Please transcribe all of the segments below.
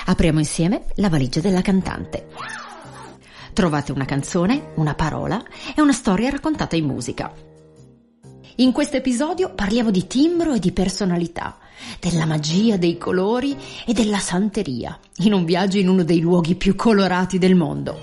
Apriamo insieme la valigia della cantante. Trovate una canzone, una parola e una storia raccontata in musica. In questo episodio parliamo di timbro e di personalità, della magia dei colori e della santeria, in un viaggio in uno dei luoghi più colorati del mondo.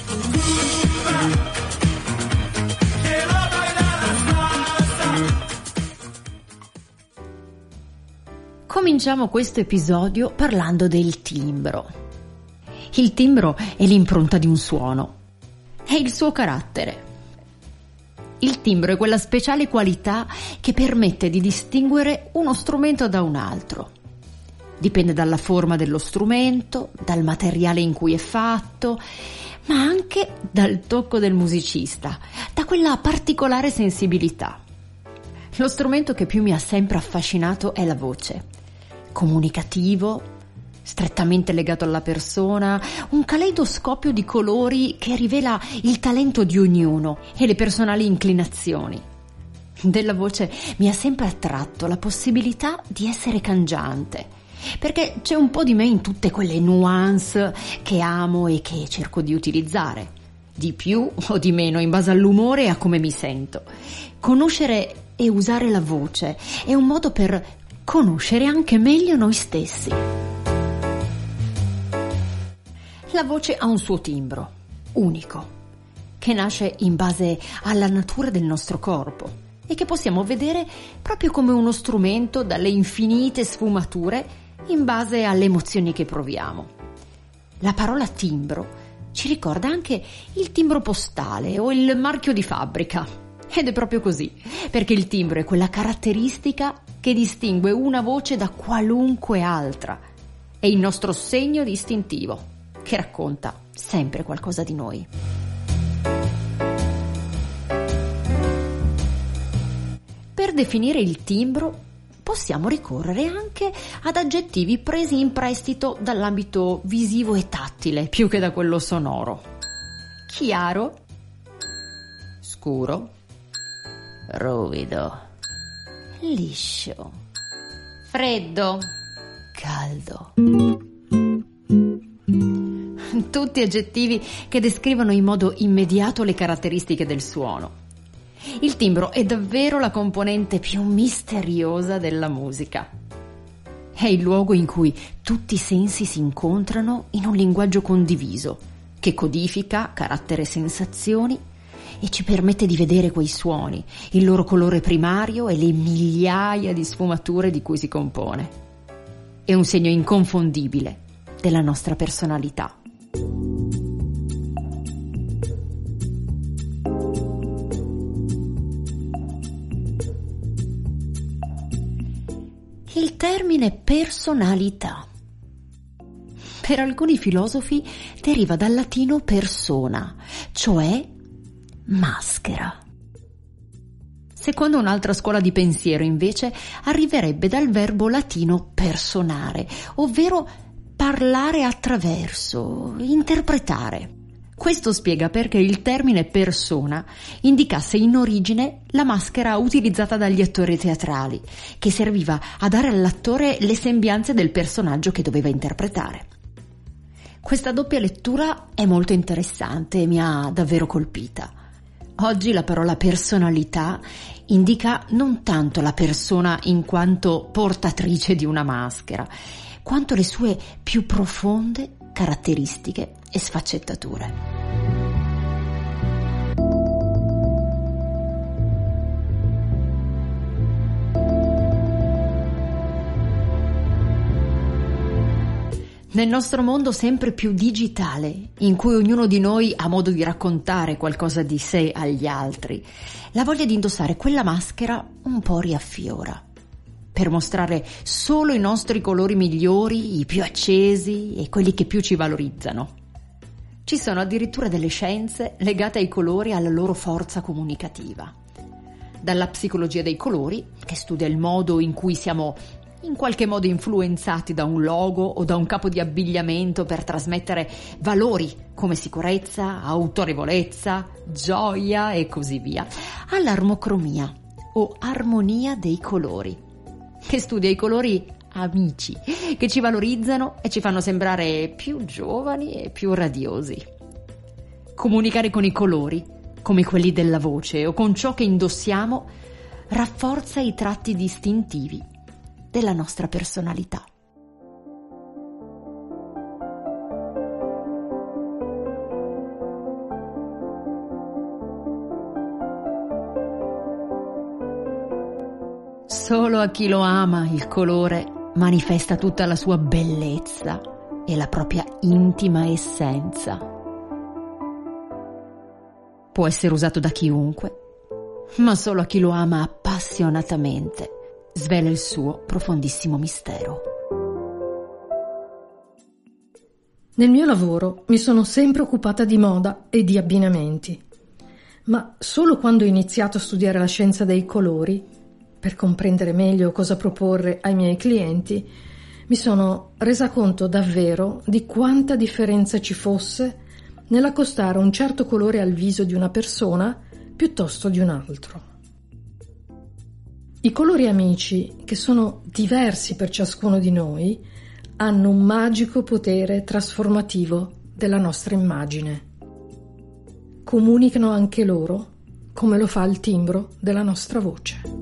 Cominciamo questo episodio parlando del timbro. Il timbro è l'impronta di un suono, è il suo carattere. Il timbro è quella speciale qualità che permette di distinguere uno strumento da un altro. Dipende dalla forma dello strumento, dal materiale in cui è fatto, ma anche dal tocco del musicista, da quella particolare sensibilità. Lo strumento che più mi ha sempre affascinato è la voce. Comunicativo, strettamente legato alla persona, un caleidoscopio di colori che rivela il talento di ognuno e le personali inclinazioni. Della voce mi ha sempre attratto la possibilità di essere cangiante, perché c'è un po' di me in tutte quelle nuance che amo e che cerco di utilizzare, di più o di meno in base all'umore e a come mi sento. Conoscere e usare la voce è un modo per conoscere anche meglio noi stessi. La voce ha un suo timbro, unico, che nasce in base alla natura del nostro corpo e che possiamo vedere proprio come uno strumento dalle infinite sfumature in base alle emozioni che proviamo. La parola timbro ci ricorda anche il timbro postale o il marchio di fabbrica. Ed è proprio così, perché il timbro è quella caratteristica che distingue una voce da qualunque altra. È il nostro segno distintivo, che racconta sempre qualcosa di noi. Per definire il timbro possiamo ricorrere anche ad aggettivi presi in prestito dall'ambito visivo e tattile, più che da quello sonoro. Chiaro, scuro, ruvido, liscio, freddo, caldo. Tutti aggettivi che descrivono in modo immediato le caratteristiche del suono. Il timbro è davvero la componente più misteriosa della musica. È il luogo in cui tutti i sensi si incontrano in un linguaggio condiviso, che codifica carattere e sensazioni e ci permette di vedere quei suoni, il loro colore primario e le migliaia di sfumature di cui si compone. È un segno inconfondibile della nostra personalità. Il termine personalità, per alcuni filosofi, deriva dal latino persona, cioè maschera. Secondo un'altra scuola di pensiero, invece, arriverebbe dal verbo latino personare, ovvero parlare attraverso, interpretare. Questo spiega perché il termine persona indicasse in origine la maschera utilizzata dagli attori teatrali, che serviva a dare all'attore le sembianze del personaggio che doveva interpretare. Questa doppia lettura è molto interessante e mi ha davvero colpita. Oggi la parola personalità indica non tanto la persona in quanto portatrice di una maschera, quanto le sue più profonde caratteristiche e sfaccettature. Nel nostro mondo sempre più digitale, in cui ognuno di noi ha modo di raccontare qualcosa di sé agli altri, la voglia di indossare quella maschera un po' riaffiora, per mostrare solo i nostri colori migliori, i più accesi e quelli che più ci valorizzano. Ci sono addirittura delle scienze legate ai colori e alla loro forza comunicativa. Dalla psicologia dei colori, che studia il modo in cui siamo in qualche modo influenzati da un logo o da un capo di abbigliamento per trasmettere valori come sicurezza, autorevolezza, gioia e così via, all'armocromia o armonia dei colori, che studia i colori amici che ci valorizzano e ci fanno sembrare più giovani e più radiosi. Comunicare con i colori, come quelli della voce o con ciò che indossiamo, rafforza i tratti distintivi della nostra personalità. Solo a chi lo ama il colore manifesta tutta la sua bellezza e la propria intima essenza. Può essere usato da chiunque, ma solo a chi lo ama appassionatamente svela il suo profondissimo mistero. Nel mio lavoro mi sono sempre occupata di moda e di abbinamenti, ma solo quando ho iniziato a studiare la scienza dei colori, per comprendere meglio cosa proporre ai miei clienti, mi sono resa conto davvero di quanta differenza ci fosse nell'accostare un certo colore al viso di una persona piuttosto di un altro. I colori amici, che sono diversi per ciascuno di noi, hanno un magico potere trasformativo della nostra immagine. Comunicano anche loro, come lo fa il timbro della nostra voce.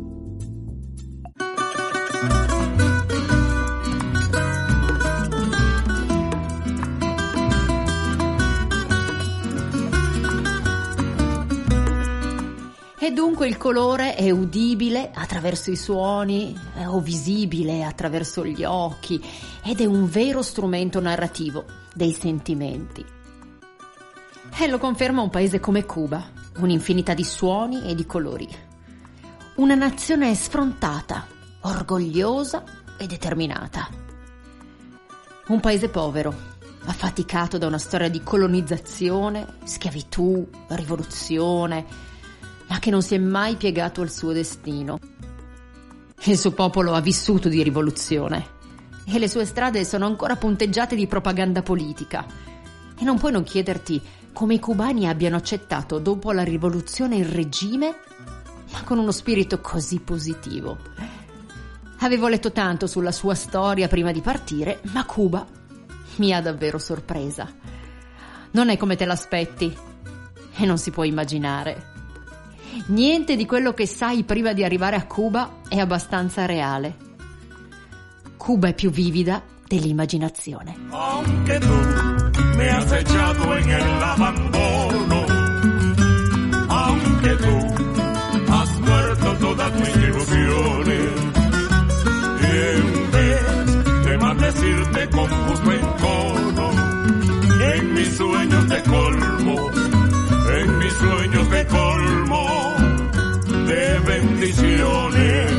E dunque il colore è udibile attraverso i suoni o visibile attraverso gli occhi ed è un vero strumento narrativo dei sentimenti. E lo conferma un paese come Cuba, un'infinità di suoni e di colori. Una nazione sfrontata, orgogliosa e determinata. Un paese povero, affaticato da una storia di colonizzazione, schiavitù, rivoluzione, ma che non si è mai piegato al suo destino. Il suo popolo ha vissuto di rivoluzione e le sue strade sono ancora punteggiate di propaganda politica. E non puoi non chiederti come i cubani abbiano accettato dopo la rivoluzione il regime, ma con uno spirito così positivo. Avevo letto tanto sulla sua storia prima di partire, ma Cuba mi ha davvero sorpresa. Non è come te l'aspetti e non si può immaginare. Niente di quello che sai prima di arrivare a Cuba è abbastanza reale. Cuba è più vivida dell'immaginazione. Aunque tú me has echado en el abandono, aunque tú has muerto todas mis ilusiones, y en vez de maldecirte con justo encono, en mis sueños te colmo, en mis sueños te colmo de bendiciones.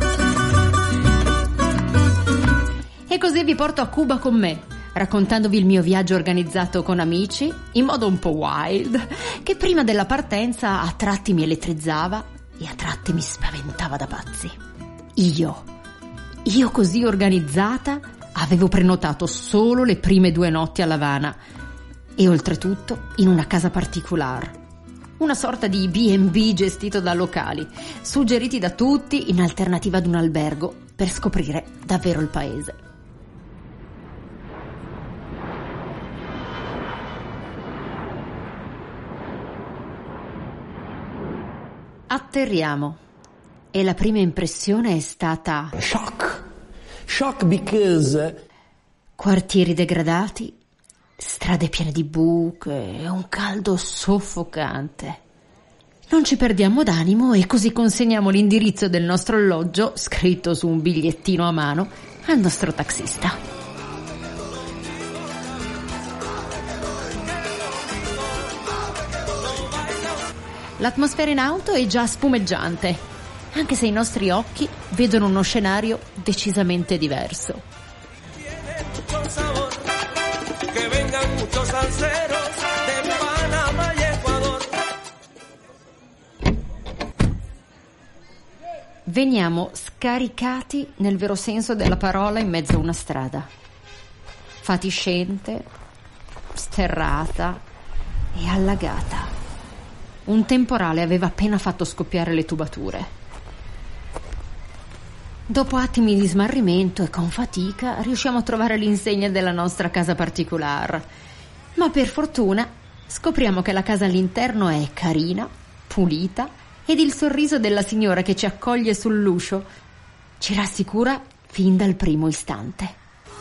E così vi porto a Cuba con me, raccontandovi il mio viaggio organizzato con amici, in modo un po' wild, che prima della partenza a tratti mi elettrizzava e a tratti mi spaventava da pazzi. Io così organizzata, avevo prenotato solo le prime 2 notti a La Habana e oltretutto in una casa particolare. Una sorta di B&B gestito da locali, suggeriti da tutti in alternativa ad un albergo, per scoprire davvero il paese. Atterriamo e la prima impressione è stata shock because quartieri degradati, strade piene di buche e un caldo soffocante. Non ci perdiamo d'animo e così consegniamo l'indirizzo del nostro alloggio, scritto su un bigliettino a mano, al nostro taxista. L'atmosfera in auto è già spumeggiante, anche se i nostri occhi vedono uno scenario decisamente diverso. Veniamo scaricati nel vero senso della parola in mezzo a una strada, fatiscente, sterrata e allagata. Un temporale aveva appena fatto scoppiare le tubature. Dopo attimi di smarrimento e con fatica riusciamo a trovare l'insegna della nostra casa particolare, ma per fortuna scopriamo che la casa all'interno è carina, pulita, ed il sorriso della signora che ci accoglie sull'uscio ci rassicura fin dal primo istante.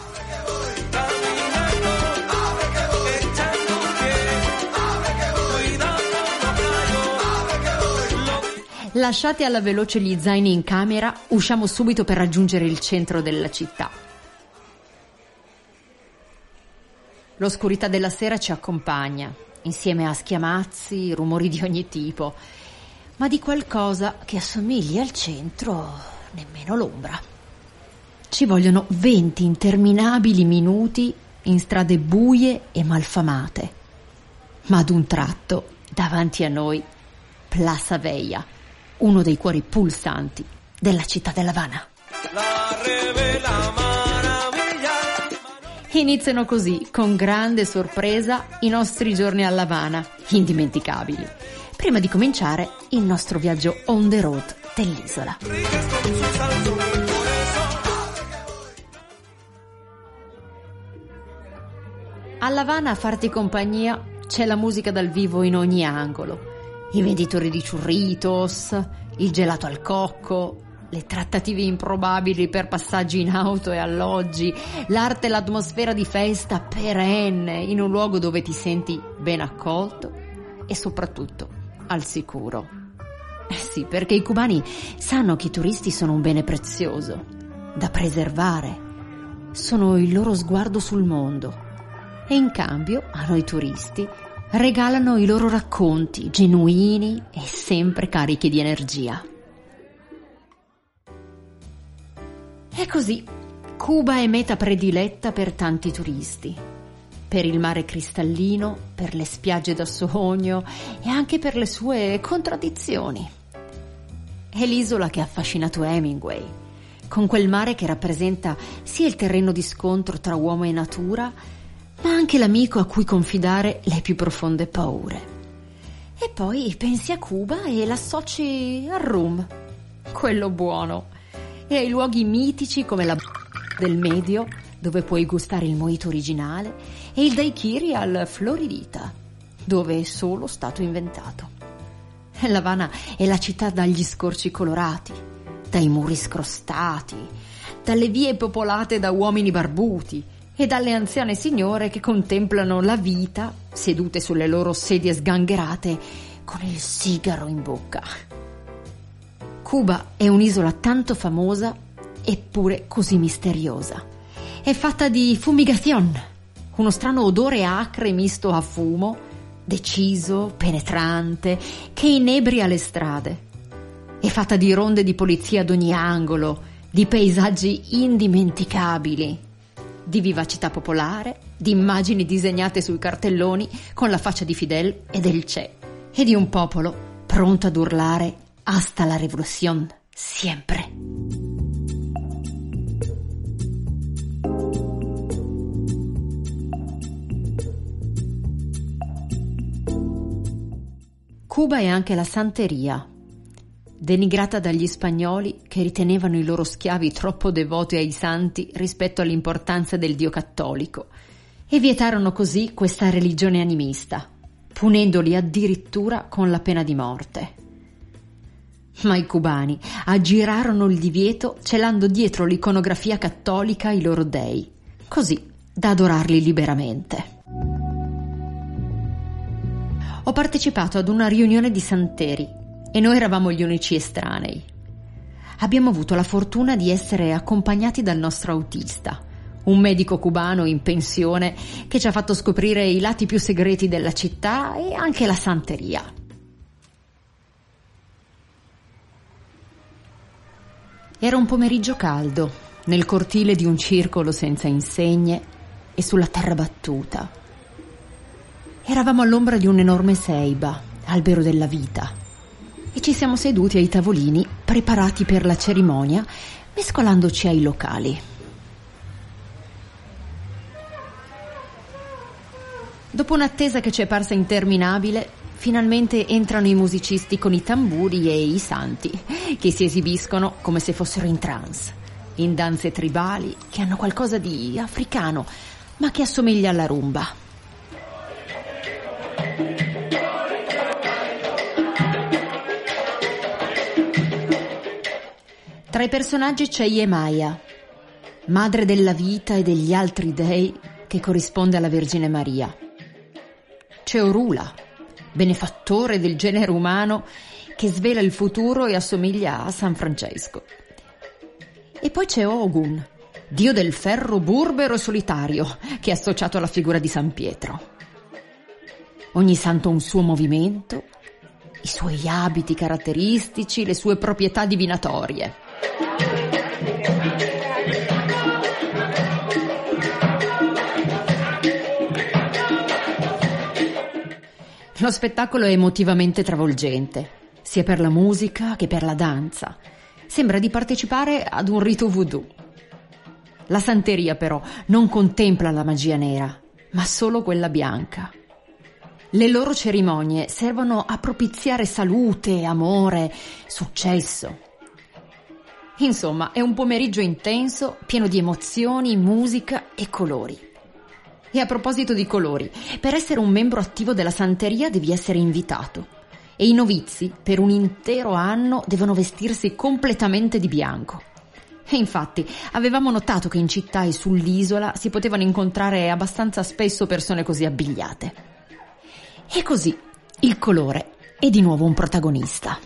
Lasciati alla veloce gli zaini in camera, usciamo subito per raggiungere il centro della città. L'oscurità della sera ci accompagna, insieme a schiamazzi, rumori di ogni tipo, ma di qualcosa che assomigli al centro nemmeno l'ombra. Ci vogliono 20 interminabili minuti in strade buie e malfamate, ma ad un tratto, davanti a noi, Plaza Veia, uno dei cuori pulsanti della città dell'Havana. Iniziano così, con grande sorpresa, i nostri giorni all'Havana, indimenticabili, prima di cominciare il nostro viaggio on the road dell'isola. All'Havana a farti compagnia c'è la musica dal vivo in ogni angolo. I venditori di churritos, il gelato al cocco, le trattative improbabili per passaggi in auto e alloggi, l'arte e l'atmosfera di festa perenne in un luogo dove ti senti ben accolto e soprattutto al sicuro. Sì, perché i cubani sanno che i turisti sono un bene prezioso, da preservare. Sono il loro sguardo sul mondo e in cambio a noi turisti regalano i loro racconti genuini e sempre carichi di energia. E così, Cuba è meta prediletta per tanti turisti, per il mare cristallino, per le spiagge da sogno e anche per le sue contraddizioni. È l'isola che ha affascinato Hemingway, con quel mare che rappresenta sia il terreno di scontro tra uomo e natura, ma anche l'amico a cui confidare le più profonde paure. E poi pensi a Cuba e l'associ al rum, quello buono, e ai luoghi mitici come la del Medio, dove puoi gustare il mojito originale, e il daiquiri al Floridita, dove è solo stato inventato. L'Havana è la città dagli scorci colorati, dai muri scrostati, dalle vie popolate da uomini barbuti e dalle anziane signore che contemplano la vita sedute sulle loro sedie sgangherate con il sigaro in bocca. Cuba è un'isola tanto famosa eppure così misteriosa. È fatta di fumigación, uno strano odore acre misto a fumo, deciso, penetrante, che inebria le strade. È fatta di ronde di polizia ad ogni angolo, di paesaggi indimenticabili, di vivacità popolare, di immagini disegnate sui cartelloni con la faccia di Fidel e del Che, e di un popolo pronto ad urlare «Hasta la revolución, siempre». Cuba è anche la santeria, denigrata dagli spagnoli che ritenevano i loro schiavi troppo devoti ai santi rispetto all'importanza del Dio cattolico e vietarono così questa religione animista, punendoli addirittura con la pena di morte. Ma i cubani aggirarono il divieto celando dietro l'iconografia cattolica i loro dei, così da adorarli liberamente. Ho partecipato ad una riunione di santeri e noi eravamo gli unici estranei. Abbiamo avuto la fortuna di essere accompagnati dal nostro autista, un medico cubano in pensione che ci ha fatto scoprire i lati più segreti della città e anche la santeria. Era un pomeriggio caldo, nel cortile di un circolo senza insegne e sulla terra battuta. Eravamo all'ombra di un'enorme ceiba, albero della vita, e ci siamo seduti ai tavolini preparati per la cerimonia, mescolandoci ai locali. Dopo un'attesa che ci è parsa interminabile, finalmente entrano i musicisti con i tamburi e i santi, che si esibiscono come se fossero in trance, in danze tribali che hanno qualcosa di africano, ma che assomiglia alla rumba. Tra i personaggi c'è Yemaya, madre della vita e degli altri dei, che corrisponde alla Vergine Maria. C'è Orula, benefattore del genere umano, che svela il futuro e assomiglia a San Francesco. E poi c'è Ogun, dio del ferro burbero e solitario, che è associato alla figura di San Pietro. Ogni santo ha un suo movimento, i suoi abiti caratteristici, le sue proprietà divinatorie. Lo spettacolo è emotivamente travolgente, sia per la musica che per la danza. Sembra di partecipare ad un rito voodoo. La santeria, però, non contempla la magia nera, ma solo quella bianca. Le loro cerimonie servono a propiziare salute, amore, successo. Insomma, è un pomeriggio intenso, pieno di emozioni, musica e colori. E a proposito di colori, per essere un membro attivo della santeria devi essere invitato. E i novizi, per un intero anno, devono vestirsi completamente di bianco. E infatti, avevamo notato che in città e sull'isola si potevano incontrare abbastanza spesso persone così abbigliate. E così, il colore è di nuovo un protagonista.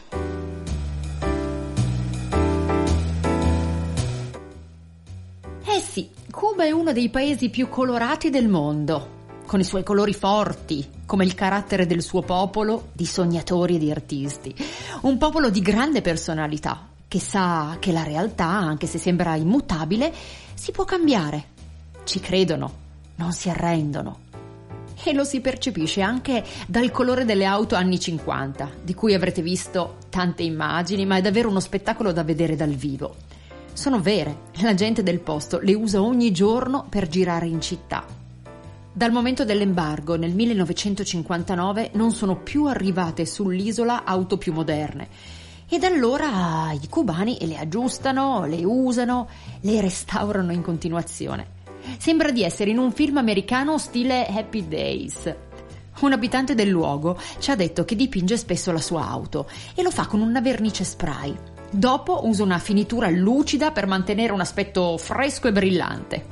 Sì, Cuba è uno dei paesi più colorati del mondo, con i suoi colori forti, come il carattere del suo popolo di sognatori e di artisti. Un popolo di grande personalità, che sa che la realtà, anche se sembra immutabile, si può cambiare. Ci credono, non si arrendono. E lo si percepisce anche dal colore delle auto anni 50, di cui avrete visto tante immagini, ma è davvero uno spettacolo da vedere dal vivo. Sono vere, la gente del posto le usa ogni giorno per girare in città. Dal momento dell'embargo nel 1959 non sono più arrivate sull'isola auto più moderne e da allora i cubani le aggiustano, le usano, le restaurano in continuazione. Sembra di essere in un film americano stile Happy Days. Un abitante del luogo ci ha detto che dipinge spesso la sua auto e lo fa con una vernice spray. Dopo usa una finitura lucida per mantenere un aspetto fresco e brillante.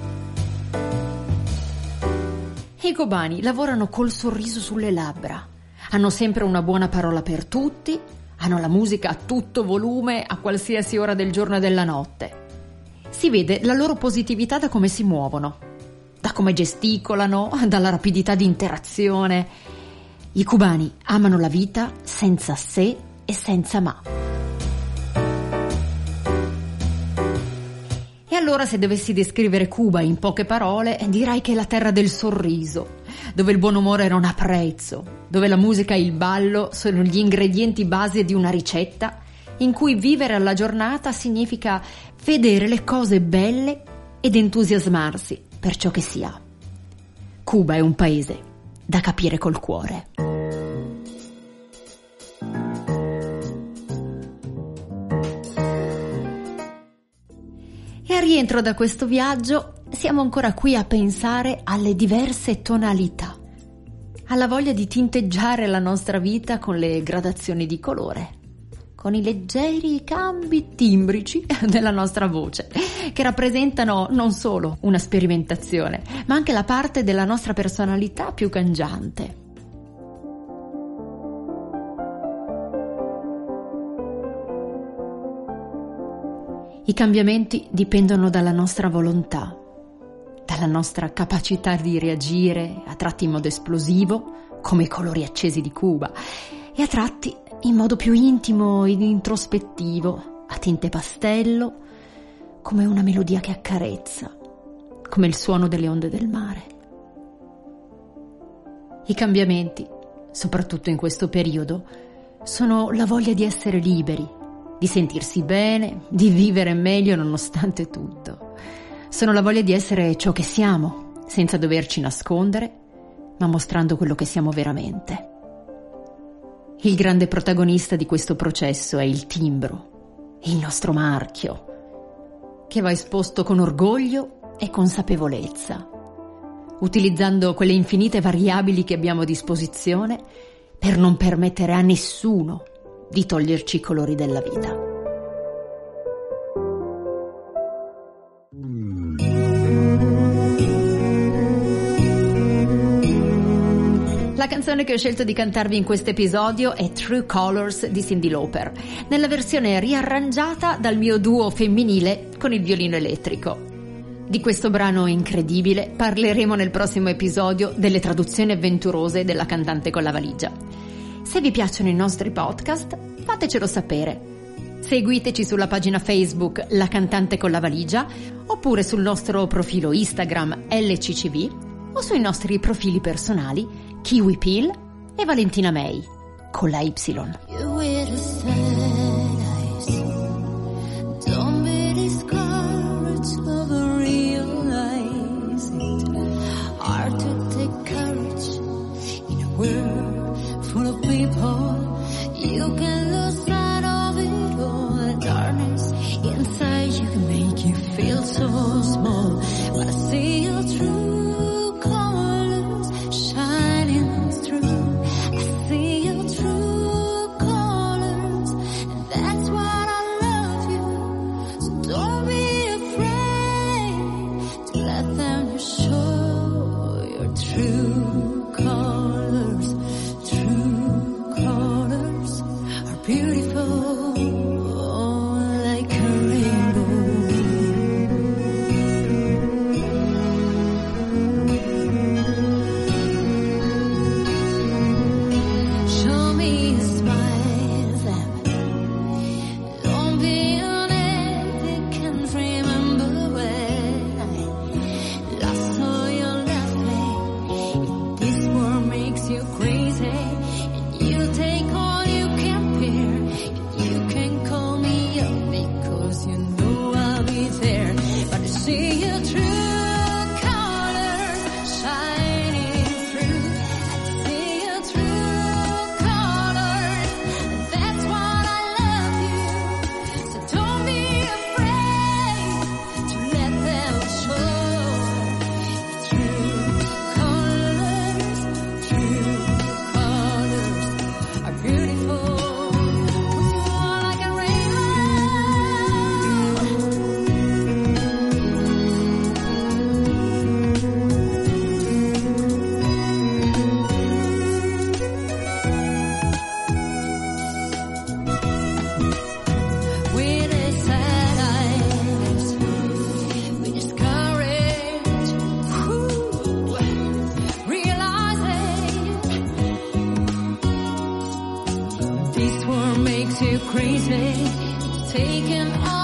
I cubani lavorano col sorriso sulle labbra, hanno sempre una buona parola per tutti, hanno la musica a tutto volume a qualsiasi ora del giorno e della notte. Si vede la loro positività da come si muovono, da come gesticolano, dalla rapidità di interazione. I cubani amano la vita senza se e senza ma. E allora, se dovessi descrivere Cuba in poche parole, direi che è la terra del sorriso, dove il buon umore non ha prezzo, dove la musica e il ballo sono gli ingredienti base di una ricetta, in cui vivere alla giornata significa vedere le cose belle ed entusiasmarsi per ciò che si ha. Cuba è un paese da capire col cuore. E al rientro da questo viaggio siamo ancora qui a pensare alle diverse tonalità, alla voglia di tinteggiare la nostra vita con le gradazioni di colore, con i leggeri cambi timbrici della nostra voce, che rappresentano non solo una sperimentazione, ma anche la parte della nostra personalità più cangiante. I cambiamenti dipendono dalla nostra volontà, dalla nostra capacità di reagire a tratti in modo esplosivo, come i colori accesi di Cuba, e a tratti in modo più intimo ed introspettivo, a tinte pastello, come una melodia che accarezza, come il suono delle onde del mare. I cambiamenti, soprattutto in questo periodo, sono la voglia di essere liberi, di sentirsi bene, di vivere meglio nonostante tutto. Sono la voglia di essere ciò che siamo, senza doverci nascondere, ma mostrando quello che siamo veramente. Il grande protagonista di questo processo è il timbro, il nostro marchio, che va esposto con orgoglio e consapevolezza, utilizzando quelle infinite variabili che abbiamo a disposizione per non permettere a nessuno di toglierci i colori della vita. La canzone che ho scelto di cantarvi in questo episodio è True Colors di Cyndi Lauper, nella versione riarrangiata dal mio duo femminile con il violino elettrico. Di questo brano incredibile parleremo nel prossimo episodio delle traduzioni avventurose della cantante con la valigia. Se vi piacciono i nostri podcast, fatecelo sapere. Seguiteci sulla pagina Facebook La Cantante con la Valigia, oppure sul nostro profilo Instagram LCCV, o sui nostri profili personali Kiwi Peel e Valentina May con la Y. Crazy, taking all